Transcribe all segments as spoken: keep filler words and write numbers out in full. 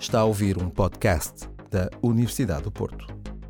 Está a ouvir um podcast da Universidade do Porto.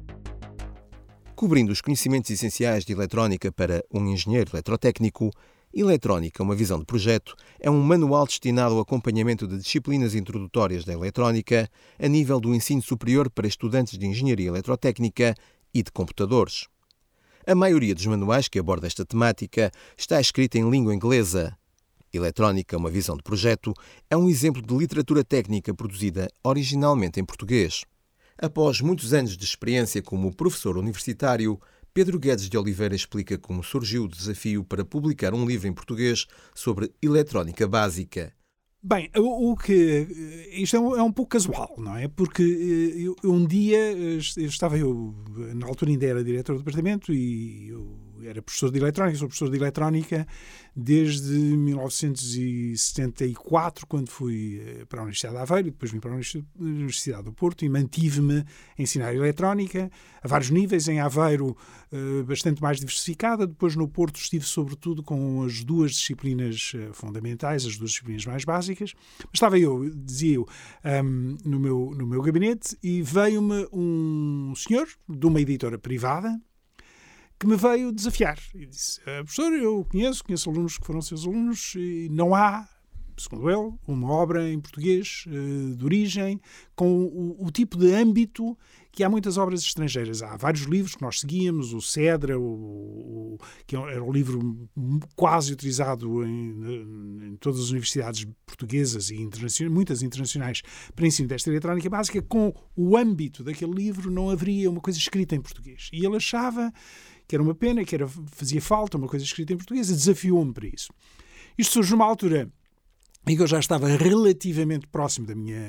Cobrindo os conhecimentos essenciais de eletrónica para um engenheiro eletrotécnico, Eletrónica, uma visão de projeto, é um manual destinado ao acompanhamento de disciplinas introdutórias da eletrónica a nível do ensino superior para estudantes de engenharia eletrotécnica e de computadores. A maioria dos manuais que aborda esta temática está escrita em língua inglesa. Eletrónica, uma visão de projeto, é um exemplo de literatura técnica produzida originalmente em português. Após muitos anos de experiência como professor universitário, Pedro Guedes de Oliveira explica como surgiu o desafio para publicar um livro em português sobre eletrónica básica. Bem, o, o que isto é um, é um pouco casual, não é? Porque eu, um dia eu estava eu, na altura ainda era diretor do departamento e eu era professor de eletrónica, sou professor de eletrónica desde mil novecentos e setenta e quatro, quando fui para a Universidade de Aveiro, e depois vim para a Universidade do Porto e mantive-me a ensinar eletrónica a vários níveis, em Aveiro bastante mais diversificada, depois no Porto estive sobretudo com as duas disciplinas fundamentais, as duas disciplinas mais básicas, mas estava eu, dizia eu, um, no, meu, no meu gabinete e veio-me um senhor de uma editora privada que me veio desafiar e disse: professor, eu conheço, conheço alunos que foram seus alunos e não há, segundo ele, uma obra em português uh, de origem com o, o tipo de âmbito que há muitas obras estrangeiras. Há vários livros que nós seguíamos, o Cedra, o, o, que era um livro quase utilizado em, em todas as universidades portuguesas e internacionais, muitas internacionais, para ensino desta eletrónica básica. Com o âmbito daquele livro não haveria uma coisa escrita em português. E ele achava que era uma pena, que era, fazia falta uma coisa escrita em português e desafiou-me para isso. Isto surge numa altura em que eu já estava relativamente próximo da minha,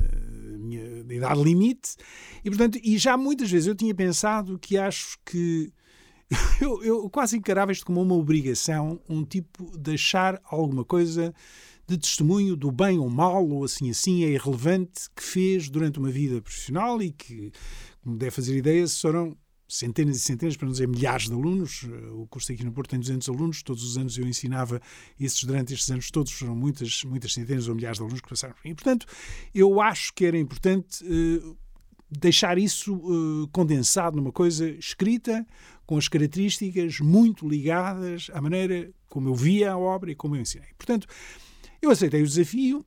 minha da idade limite e, portanto, e já muitas vezes eu tinha pensado que acho que eu, eu quase encarava isto como uma obrigação, um tipo de deixar alguma coisa de testemunho do bem ou mal, ou assim assim, é irrelevante, que fez durante uma vida profissional e que, como deve fazer ideia, foram centenas e centenas, para não dizer milhares de alunos. O curso aqui no Porto tem duzentos alunos, todos os anos eu ensinava esses, durante estes anos todos, foram muitas, muitas centenas ou milhares de alunos que passaram. E, portanto, eu acho que era importante uh, deixar isso uh, condensado numa coisa escrita, com as características muito ligadas à maneira como eu via a obra e como eu ensinei. Portanto, eu aceitei o desafio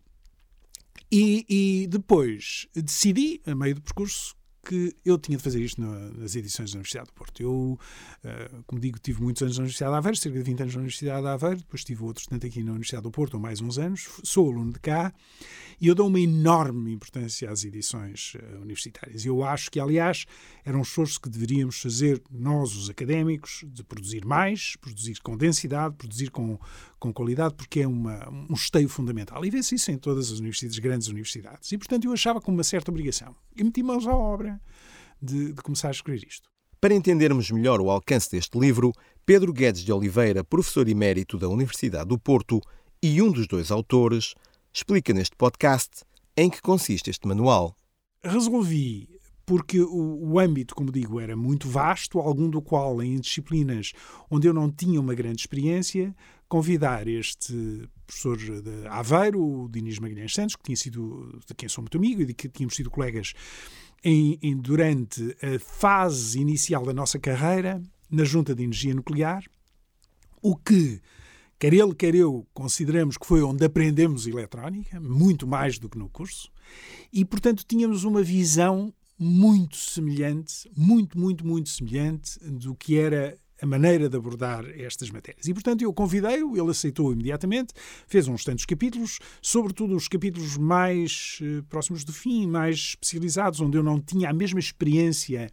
e, e depois decidi, a meio do percurso, que eu tinha de fazer isto nas edições da Universidade do Porto. Eu, como digo, tive muitos anos na Universidade de Aveiro, cerca de vinte anos na Universidade de Aveiro, depois tive outro tanto aqui na Universidade do Porto, ou mais uns anos, sou aluno de cá, e eu dou uma enorme importância às edições universitárias. Eu acho que, aliás, era um esforço que deveríamos fazer nós, os académicos, de produzir mais, produzir com densidade, produzir com, com qualidade, porque é uma, um esteio fundamental. E vê-se isso em todas as universidades, grandes universidades. E, portanto, eu achava com uma certa obrigação. E meti mãos à obra de, de começar a escrever isto. Para entendermos melhor o alcance deste livro, Pedro Guedes de Oliveira, professor emérito da Universidade do Porto e um dos dois autores, explica neste podcast em que consiste este manual. Resolvi, porque o, o âmbito, como digo, era muito vasto, algum do qual, em disciplinas onde eu não tinha uma grande experiência, convidar este professor de Aveiro, o Dinis Magalhães Santos, que tinha sido, de quem sou muito amigo e de que tínhamos sido colegas em, em, durante a fase inicial da nossa carreira na Junta de Energia Nuclear, o que, quer ele, quer eu, consideramos que foi onde aprendemos eletrónica, muito mais do que no curso, e, portanto, tínhamos uma visão muito semelhante, muito, muito, muito semelhante do que era a maneira de abordar estas matérias. E, portanto, eu convidei-o, ele aceitou imediatamente, fez uns tantos capítulos, sobretudo os capítulos mais uh, próximos do fim, mais especializados, onde eu não tinha a mesma experiência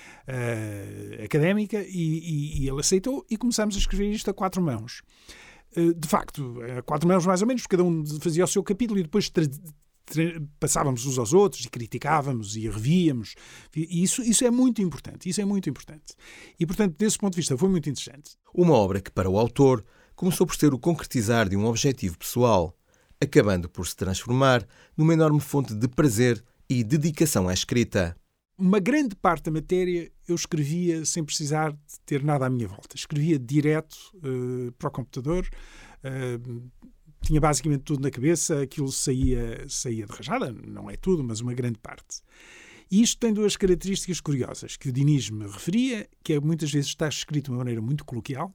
uh, académica, e, e, e ele aceitou, e começámos a escrever isto a quatro mãos. Uh, de facto, a quatro mãos mais ou menos, cada um fazia o seu capítulo e depois tra- passávamos uns aos outros e criticávamos e revíamos. E isso, isso é muito importante. Isso é muito importante. E, portanto, desse ponto de vista, foi muito interessante. Uma obra que, para o autor, começou por ser o concretizar de um objetivo pessoal, acabando por se transformar numa enorme fonte de prazer e dedicação à escrita. Uma grande parte da matéria eu escrevia sem precisar de ter nada à minha volta. Escrevia direto uh, para o computador, uh, tinha basicamente tudo na cabeça, aquilo saía, saía de rajada, não é tudo, mas uma grande parte. E isto tem duas características curiosas, que o Diniz me referia, que é, muitas vezes está escrito de uma maneira muito coloquial,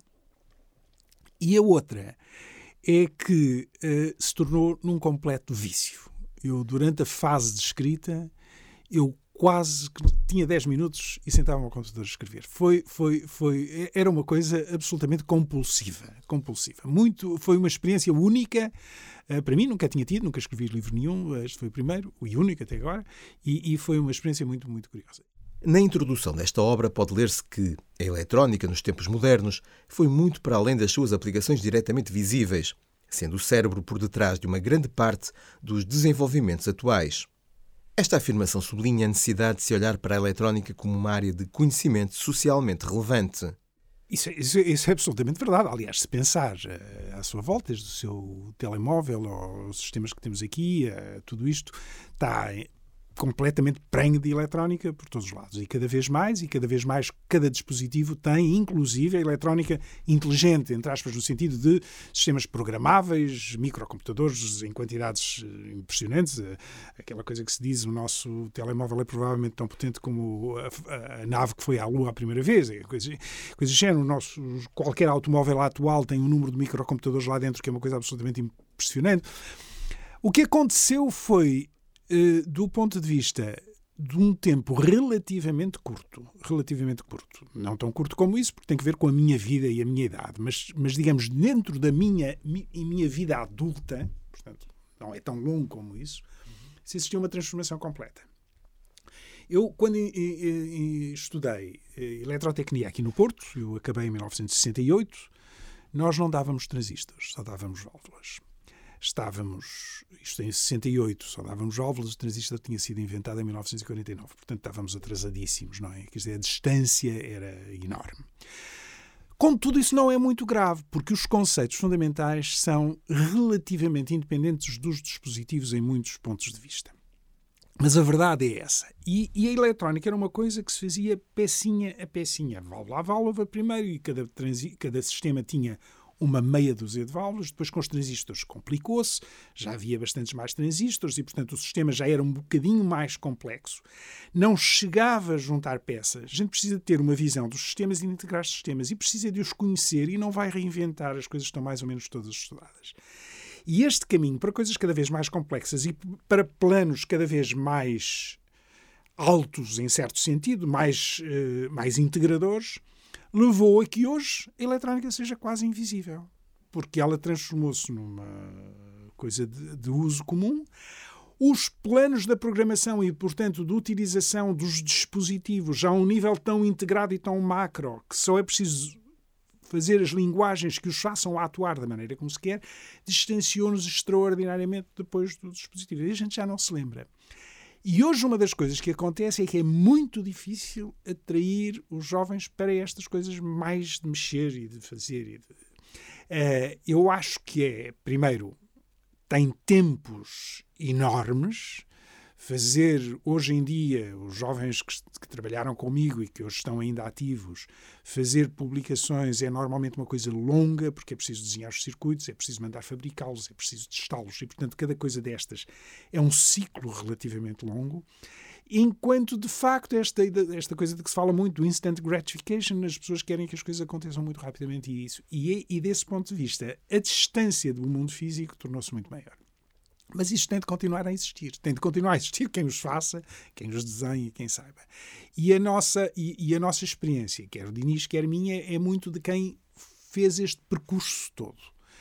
e a outra é que uh, se tornou num completo vício. Eu, durante a fase de escrita, eu quase tinha dez minutos e sentava-me ao computador a escrever. Foi, foi, foi, era uma coisa absolutamente compulsiva. compulsiva. Muito, foi uma experiência única. Uh, para mim, nunca tinha tido, nunca escrevi livro nenhum. Este foi o primeiro, o único até agora. E, e foi uma experiência muito, muito curiosa. Na introdução desta obra pode ler-se que a eletrónica, nos tempos modernos, foi muito para além das suas aplicações diretamente visíveis, sendo o cérebro por detrás de uma grande parte dos desenvolvimentos atuais. Esta afirmação sublinha a necessidade de se olhar para a eletrónica como uma área de conhecimento socialmente relevante. Isso, isso, isso é absolutamente verdade. Aliás, se pensar uh, à sua volta, desde o seu telemóvel aos sistemas que temos aqui, uh, tudo isto está completamente prenhe de eletrónica por todos os lados. E cada vez mais, e cada vez mais, cada dispositivo tem, inclusive, a eletrónica inteligente, entre aspas, no sentido de sistemas programáveis, microcomputadores em quantidades impressionantes. Aquela coisa que se diz, o nosso telemóvel é provavelmente tão potente como a, a, a nave que foi à Lua a primeira vez. É coisa, coisa do género. O nosso, qualquer automóvel atual tem um número de microcomputadores lá dentro que é uma coisa absolutamente impressionante. O que aconteceu foi, Uh, do ponto de vista de um tempo relativamente curto, relativamente curto, não tão curto como isso, porque tem que ver com a minha vida e a minha idade, mas, mas digamos, dentro da minha, mi, minha vida adulta, portanto, não é tão longo como isso, se existiu uma transformação completa. Eu, quando e, e, estudei eletrotecnia aqui no Porto, eu acabei em mil novecentos e sessenta e oito, nós não dávamos transistores, só dávamos válvulas. Estávamos, isto em sessenta e oito, só dávamos válvulas, o transistor tinha sido inventado em mil novecentos e quarenta e nove, portanto estávamos atrasadíssimos, não é? Quer dizer, a distância era enorme. Contudo, isso não é muito grave, porque os conceitos fundamentais são relativamente independentes dos dispositivos em muitos pontos de vista. Mas a verdade é essa. E, e a eletrónica era uma coisa que se fazia pecinha a pecinha, válvula a válvula primeiro, e cada, transi, cada sistema tinha uma meia dúzia de válvulas. Depois, com os transistores, complicou-se, já havia bastantes mais transistores e, portanto, o sistema já era um bocadinho mais complexo. Não chegava a juntar peças. A gente precisa ter uma visão dos sistemas e de integrar os sistemas e precisa de os conhecer e não vai reinventar, as coisas estão mais ou menos todas estudadas. E este caminho para coisas cada vez mais complexas e para planos cada vez mais altos, em certo sentido, mais, uh, mais integradores, levou a que hoje a eletrónica seja quase invisível, porque ela transformou-se numa coisa de, de uso comum. Os planos da programação e, portanto, de utilização dos dispositivos já a um nível tão integrado e tão macro que só é preciso fazer as linguagens que os façam atuar da maneira como se quer, distanciou-nos extraordinariamente depois do dispositivo. E a gente já não se lembra. E hoje uma das coisas que acontece é que é muito difícil atrair os jovens para estas coisas mais de mexer e de fazer. E de... Uh, eu acho que é, primeiro, tem tempos enormes. Fazer, hoje em dia, os jovens que, que trabalharam comigo e que hoje estão ainda ativos, fazer publicações é normalmente uma coisa longa, porque é preciso desenhar os circuitos, é preciso mandar fabricá-los, é preciso testá-los, e, portanto, cada coisa destas é um ciclo relativamente longo. Enquanto, de facto, esta, esta coisa de que se fala muito, do instant gratification, as pessoas querem que as coisas aconteçam muito rapidamente e isso. E, e desse ponto de vista, a distância do mundo físico tornou-se muito maior. Mas isto tem de continuar a existir. Tem de continuar a existir quem os faça, quem os desenhe, quem saiba. E a nossa, e, e a nossa experiência, quer o Diniz, quer a minha, é muito de quem fez este percurso todo.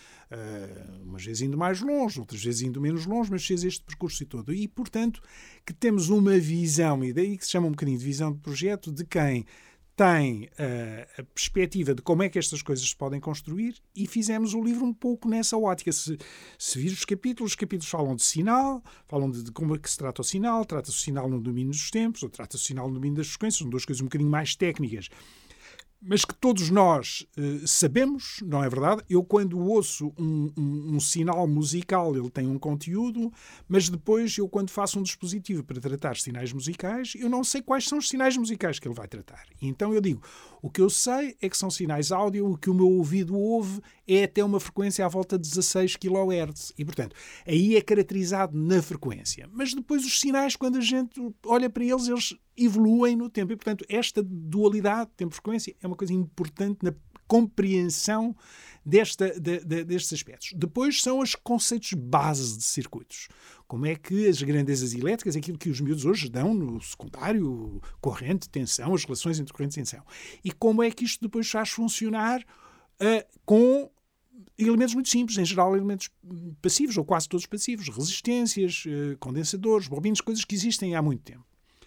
Uh, umas vezes indo mais longe, outras vezes indo menos longe, mas fez este percurso todo. E, portanto, que temos uma visão, e daí que se chama um bocadinho de visão de projeto, de quem tem uh, a perspectiva de como é que estas coisas se podem construir, e fizemos o livro um pouco nessa ótica. Se, se vir os capítulos, os capítulos falam de sinal, falam de, de como é que se trata o sinal, trata-se o sinal no domínio dos tempos, ou trata-se o sinal no domínio das frequências, são duas coisas um bocadinho mais técnicas, mas que todos nós uh, sabemos, não é verdade? Eu, quando ouço um, um, um sinal musical, ele tem um conteúdo, mas depois, eu, quando faço um dispositivo para tratar sinais musicais, eu não sei quais são os sinais musicais que ele vai tratar. E então eu digo, o que eu sei é que são sinais áudio, o que o meu ouvido ouve é até uma frequência à volta de dezasseis quilohertz. E, portanto, aí é caracterizado na frequência. Mas depois os sinais, quando a gente olha para eles, eles evoluem no tempo. E, portanto, esta dualidade tempo-frequência é uma coisa importante na compreensão desta, de, de, destes aspectos. Depois são os conceitos base de circuitos. Como é que as grandezas elétricas, aquilo que os miúdos hoje dão no secundário, corrente, tensão, as relações entre corrente e tensão. E como é que isto depois faz funcionar uh, com elementos muito simples, em geral elementos passivos, ou quase todos passivos, resistências, uh, condensadores, bobinas, coisas que existem há muito tempo.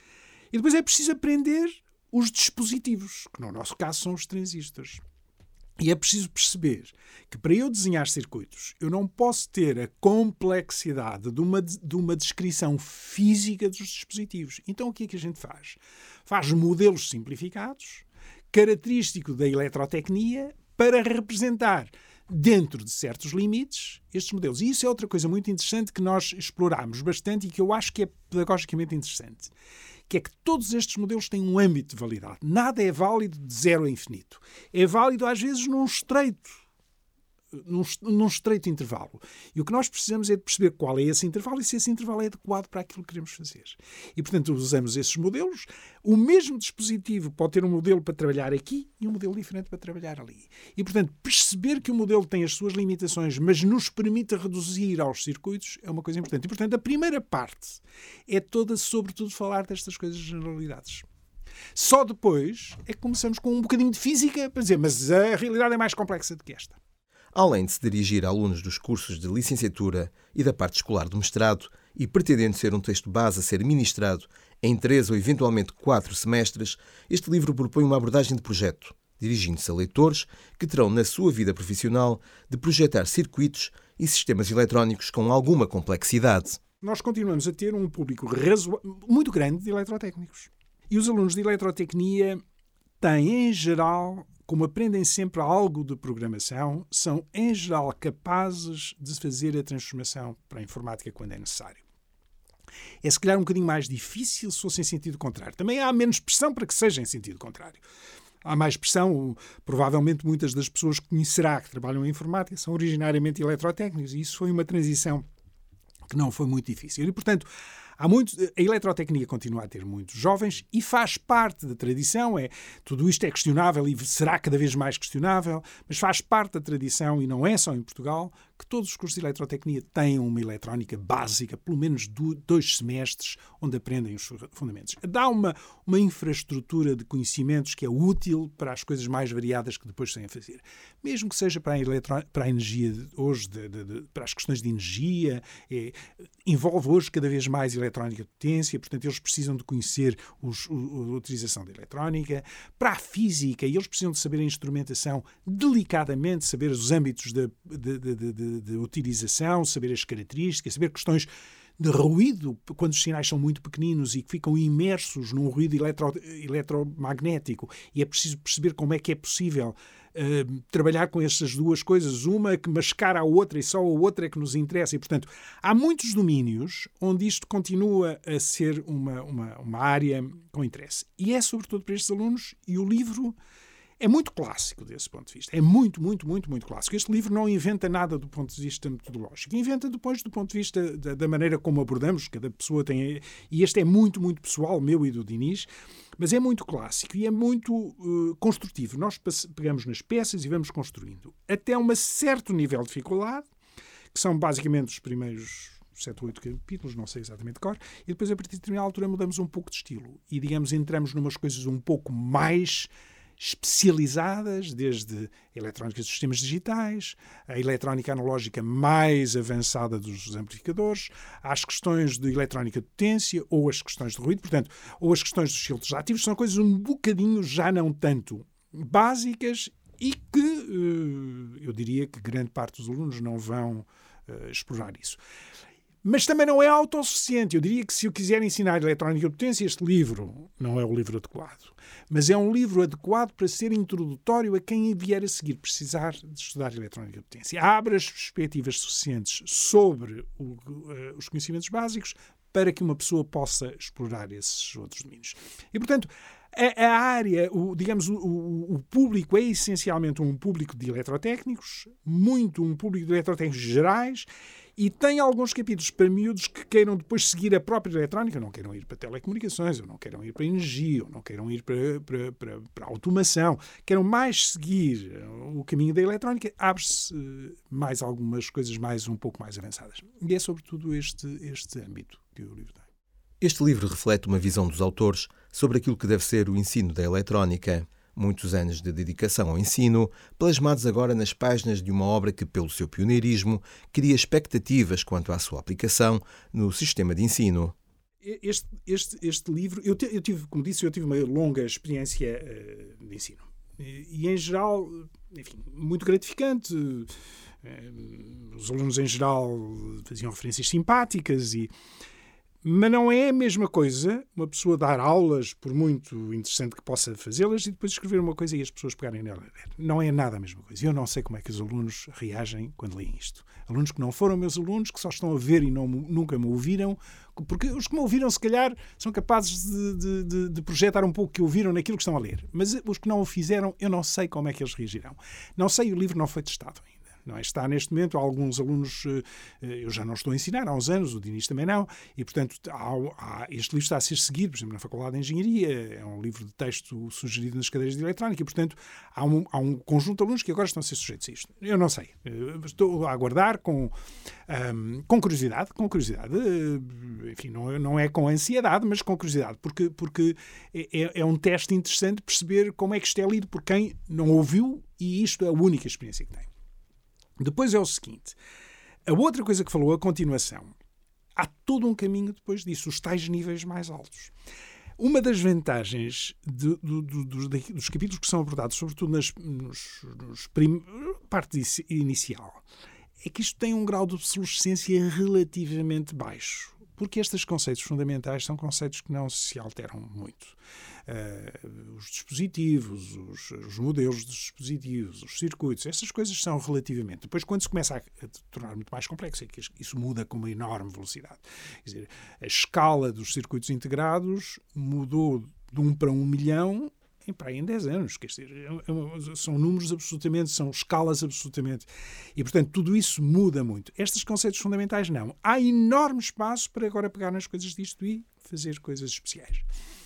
E depois é preciso aprender os dispositivos, que no nosso caso são os transistores. E é preciso perceber que para eu desenhar circuitos, eu não posso ter a complexidade de uma, de uma descrição física dos dispositivos. Então o que é que a gente faz? Faz modelos simplificados, característico da eletrotecnia, para representar, dentro de certos limites, estes modelos. E isso é outra coisa muito interessante que nós exploramos bastante e que eu acho que é pedagogicamente interessante. Que é que todos estes modelos têm um âmbito de validade. Nada é válido de zero a infinito. É válido, às vezes, num estreito, num, num estreito intervalo. E o que nós precisamos é de perceber qual é esse intervalo e se esse intervalo é adequado para aquilo que queremos fazer. E, portanto, usamos esses modelos. O mesmo dispositivo pode ter um modelo para trabalhar aqui e um modelo diferente para trabalhar ali. E, portanto, perceber que o modelo tem as suas limitações, mas nos permite reduzir aos circuitos, é uma coisa importante. E, portanto, a primeira parte é toda, sobretudo, falar destas coisas de generalidades. Só depois é que começamos com um bocadinho de física para dizer, mas a realidade é mais complexa do que esta. Além de se dirigir a alunos dos cursos de licenciatura e da parte escolar do mestrado e pretendendo ser um texto base a ser ministrado em três ou eventualmente quatro semestres, este livro propõe uma abordagem de projeto, dirigindo-se a leitores que terão na sua vida profissional de projetar circuitos e sistemas eletrónicos com alguma complexidade. Nós continuamos a ter um público razo... muito grande de eletrotécnicos. E os alunos de eletrotecnia têm, em geral, como aprendem sempre algo de programação, são, em geral, capazes de fazer a transformação para a informática quando é necessário. É, se calhar, um bocadinho mais difícil se fosse em sentido contrário. Também há menos pressão para que seja em sentido contrário. Há mais pressão. Provavelmente, muitas das pessoas que conhecerá que trabalham em informática são originariamente eletrotécnicos. E isso foi uma transição que não foi muito difícil. E, portanto, há muitos, a eletrotecnia continua a ter muitos jovens e faz parte da tradição. É, tudo isto é questionável e será cada vez mais questionável, mas faz parte da tradição, e não é só em Portugal, que todos os cursos de eletrotecnia têm uma eletrónica básica, pelo menos dois semestres, onde aprendem os fundamentos. Dá uma, uma infraestrutura de conhecimentos que é útil para as coisas mais variadas que depois têm a fazer. Mesmo que seja para a, eletro, para a energia de hoje, de, de, de, para as questões de energia, é, envolve hoje cada vez mais eletrónica de potência, portanto eles precisam de conhecer os, a, a utilização da eletrónica. Para a física, eles precisam de saber a instrumentação delicadamente, saber os âmbitos de, de, de, de De, de utilização, saber as características, saber questões de ruído, quando os sinais são muito pequeninos e que ficam imersos num ruído eletro, eletromagnético. E é preciso perceber como é que é possível uh, trabalhar com estas duas coisas, uma que mascara a outra e só a outra é que nos interessa. E, portanto, há muitos domínios onde isto continua a ser uma, uma, uma área com interesse. E é sobretudo para estes alunos, e o livro é muito clássico desse ponto de vista. É muito, muito, muito, muito clássico. Este livro não inventa nada do ponto de vista metodológico. Inventa depois do ponto de vista da, da maneira como abordamos. Cada pessoa tem... E este é muito, muito pessoal, meu e do Dinis, mas é muito clássico e é muito uh, construtivo. Nós pegamos nas peças e vamos construindo. Até um certo nível de dificuldade, que são basicamente os primeiros sete ou oito capítulos, não sei exatamente de cor, e depois, a partir de determinada altura, mudamos um pouco de estilo. E, digamos, entramos numas coisas um pouco mais especializadas, desde a eletrónica dos sistemas digitais, a eletrónica analógica mais avançada dos amplificadores, às questões de eletrónica de potência ou as questões de ruído, portanto, ou as questões dos filtros ativos, são coisas um bocadinho já não tanto básicas e que eu diria que grande parte dos alunos não vão uh, explorar isso. Mas também não é autossuficiente. Eu diria que se eu quiser ensinar eletrónica de potência, este livro não é o livro adequado. Mas é um livro adequado para ser introdutório a quem vier a seguir precisar de estudar eletrónica de potência. Abre as perspectivas suficientes sobre o, uh, os conhecimentos básicos para que uma pessoa possa explorar esses outros domínios. E, portanto, a, a área, o, digamos, o, o público é essencialmente um público de eletrotécnicos, muito um público de eletrotécnicos gerais, e tem alguns capítulos para miúdos que queiram depois seguir a própria eletrónica, não queiram ir para telecomunicações, ou não queiram ir para energia, ou não queiram ir para, para, para, para a automação, queiram mais seguir o caminho da eletrónica, abre-se mais algumas coisas mais um pouco mais avançadas. E é sobretudo este, este âmbito que o livro tem. Este livro reflete uma visão dos autores sobre aquilo que deve ser o ensino da eletrónica. Muitos anos de dedicação ao ensino, plasmados agora nas páginas de uma obra que, pelo seu pioneirismo, cria expectativas quanto à sua aplicação no sistema de ensino. Este, este, este livro, eu, te, eu tive, como disse, eu tive uma longa experiência uh, de ensino. E, e, em geral, enfim, muito gratificante. Uh, os alunos, em geral, faziam referências simpáticas e... Mas não é a mesma coisa uma pessoa dar aulas, por muito interessante que possa fazê-las, e depois escrever uma coisa e as pessoas pegarem nela. Não é nada a mesma coisa. Eu não sei como é que os alunos reagem quando leem isto. Alunos que não foram meus alunos, que só estão a ver e não, nunca me ouviram, porque os que me ouviram, se calhar, são capazes de, de, de projetar um pouco o que ouviram naquilo que estão a ler. Mas os que não o fizeram, eu não sei como é que eles reagirão. Não sei, o livro não foi testado ainda. Não é? Está neste momento, alguns alunos, eu já não estou a ensinar há uns anos, o Dinis também não, e portanto há, há, este livro está a ser seguido, por exemplo, na Faculdade de Engenharia, é um livro de texto sugerido nas cadeiras de eletrónica, e portanto há um, há um conjunto de alunos que agora estão a ser sujeitos a isto. Eu não sei, estou a aguardar com, um, com curiosidade, com curiosidade, enfim, não, não é com ansiedade, mas com curiosidade, porque, porque é, é um teste interessante perceber como é que isto é lido por quem não ouviu e isto é a única experiência que tem. Depois é o seguinte, a outra coisa que falou, a continuação, há todo um caminho depois disso, os tais níveis mais altos. Uma das vantagens de, de, de, dos, dos capítulos que são abordados, sobretudo nas nos, nos prim, parte inicial, é que isto tem um grau de obsolescência relativamente baixo. Porque estes conceitos fundamentais são conceitos que não se alteram muito. Uh, os dispositivos, os, os modelos dos dispositivos, os circuitos, essas coisas são relativamente... Depois, quando se começa a, a tornar muito mais complexo, é que isso muda com uma enorme velocidade. Quer dizer, a escala dos circuitos integrados mudou de um para um milhão em, para aí, em dez anos. Quer dizer, são números absolutamente, são escalas absolutamente... E, portanto, tudo isso muda muito. Estes conceitos fundamentais, não. Há enorme espaço para agora pegar nas coisas disto e fazer coisas especiais.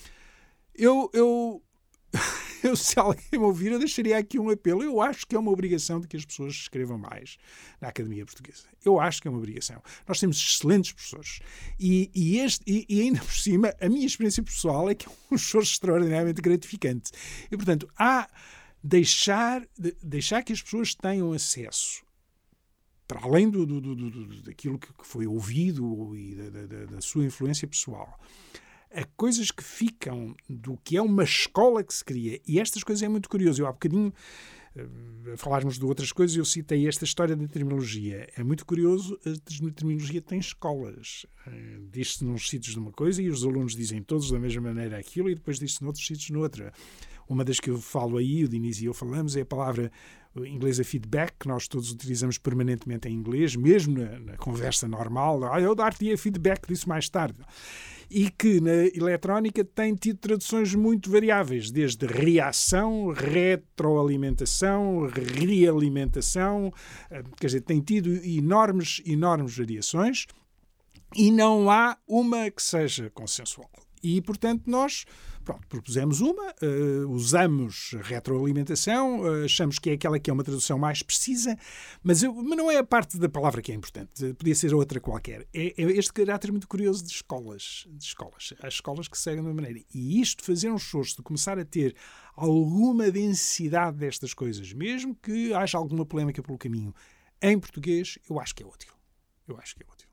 Eu, eu, eu, se alguém me ouvir, eu deixaria aqui um apelo. Eu acho que é uma obrigação de que as pessoas escrevam mais na Academia Portuguesa. Eu acho que é uma obrigação. Nós temos excelentes professores. E, e, este, e, e ainda por cima, a minha experiência pessoal é que é um esforço extraordinariamente gratificante. E, portanto, há deixar, de, deixar que as pessoas tenham acesso, para além do, do, do, do, daquilo que foi ouvido e da, da, da sua influência pessoal, a coisas que ficam do que é uma escola que se cria. E estas coisas é muito curioso. Eu há bocadinho, a falarmos de outras coisas, eu citei esta história da terminologia. É muito curioso, a terminologia tem escolas. Diz-se nos sítios de uma coisa e os alunos dizem todos da mesma maneira aquilo e depois diz-se noutros sítios noutra. Uma das que eu falo aí, o Dinis e eu falamos, é a palavra inglesa feedback, que nós todos utilizamos permanentemente em inglês, mesmo na, na conversa normal. Ah, eu dar-te feedback disso mais tarde. E que na eletrónica tem tido traduções muito variáveis, desde reação, retroalimentação, realimentação, quer dizer, tem tido enormes, enormes variações e não há uma que seja consensual. E, portanto, nós pronto, propusemos uma, uh, usamos retroalimentação, uh, achamos que é aquela que é uma tradução mais precisa, mas, eu, mas não é a parte da palavra que é importante, podia ser outra qualquer. É, é este caráter muito curioso de escolas, de escolas, as escolas que seguem de uma maneira. E isto, fazer um esforço de começar a ter alguma densidade destas coisas, mesmo que haja alguma polémica pelo caminho, em português, eu acho que é útil. Eu acho que é útil.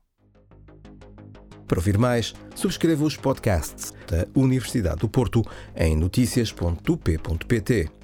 Para ouvir mais, subscreva os podcasts da Universidade do Porto em noticias ponto u p ponto p t.